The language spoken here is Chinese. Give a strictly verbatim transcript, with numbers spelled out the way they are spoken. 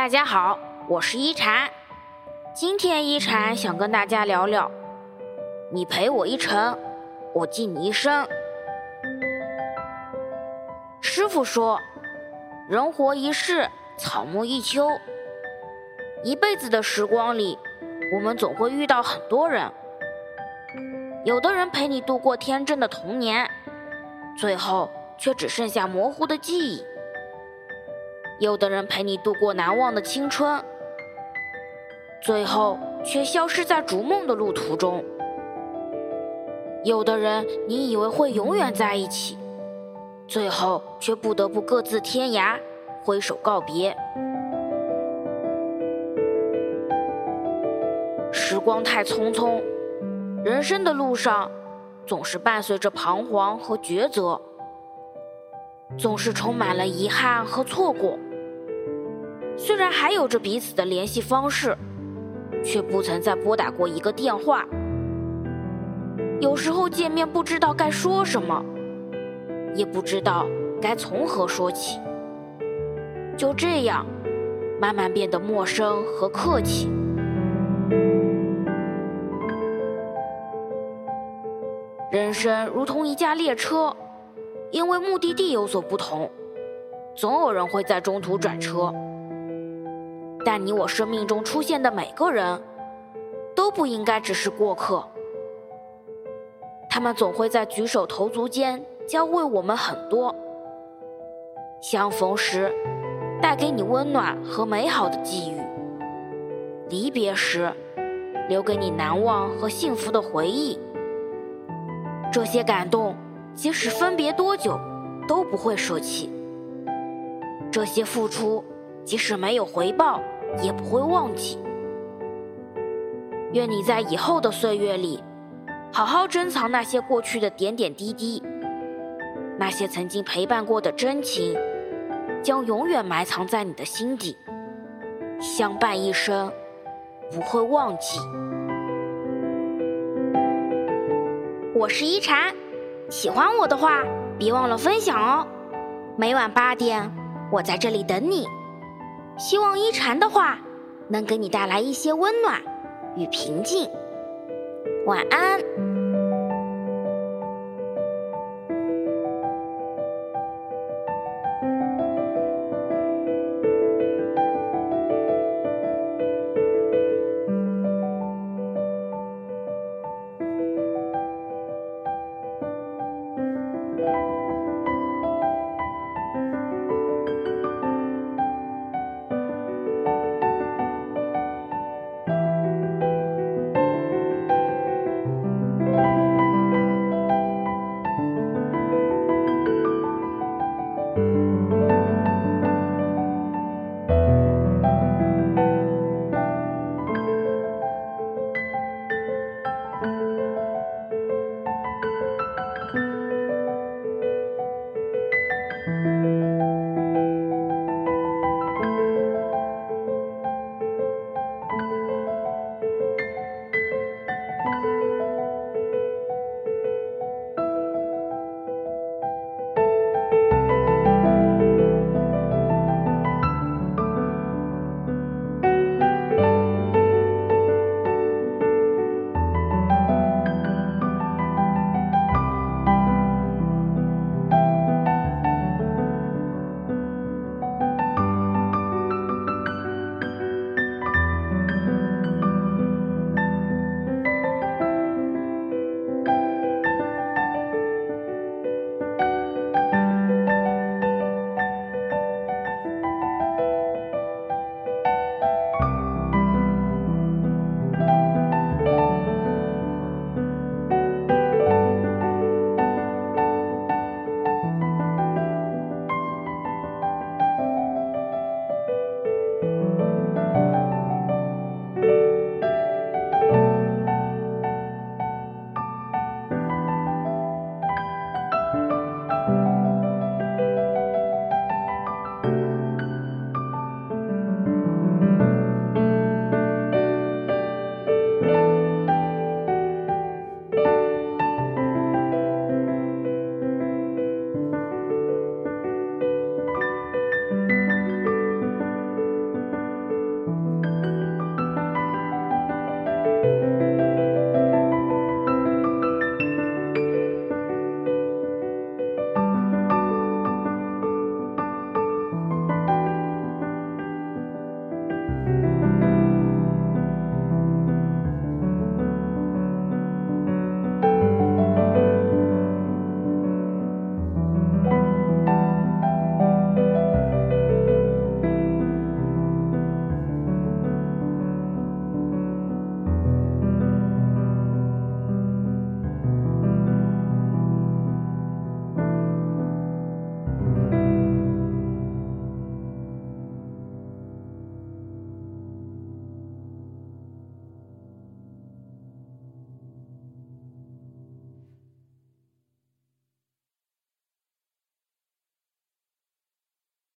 大家好，我是一禅。今天一禅想跟大家聊聊，你陪我一程，我记你一生。师父说，人活一世，草木一秋。一辈子的时光里，我们总会遇到很多人。有的人陪你度过天真的童年，最后却只剩下模糊的记忆。有的人陪你度过难忘的青春，最后却消失在逐梦的路途中。有的人你以为会永远在一起，最后却不得不各自天涯，挥手告别。时光太匆匆，人生的路上总是伴随着彷徨和抉择，总是充满了遗憾和错过。虽然还有着彼此的联系方式，却不曾再拨打过一个电话。有时候见面不知道该说什么，也不知道该从何说起，就这样慢慢变得陌生和客气。人生如同一架列车，因为目的地有所不同，总有人会在中途转车。但你我生命中出现的每个人，都不应该只是过客。他们总会在举手投足间教会我们很多。相逢时，带给你温暖和美好的际遇；离别时，留给你难忘和幸福的回忆。这些感动，即使分别多久，都不会舍弃。这些付出，即使没有回报，也不会忘记。愿你在以后的岁月里，好好珍藏那些过去的点点滴滴，那些曾经陪伴过的真情，将永远埋藏在你的心底，相伴一生，不会忘记。我是一禅，喜欢我的话，别忘了分享哦。每晚八点，我在这里等你。希望一禅的话能给你带来一些温暖与平静。晚安。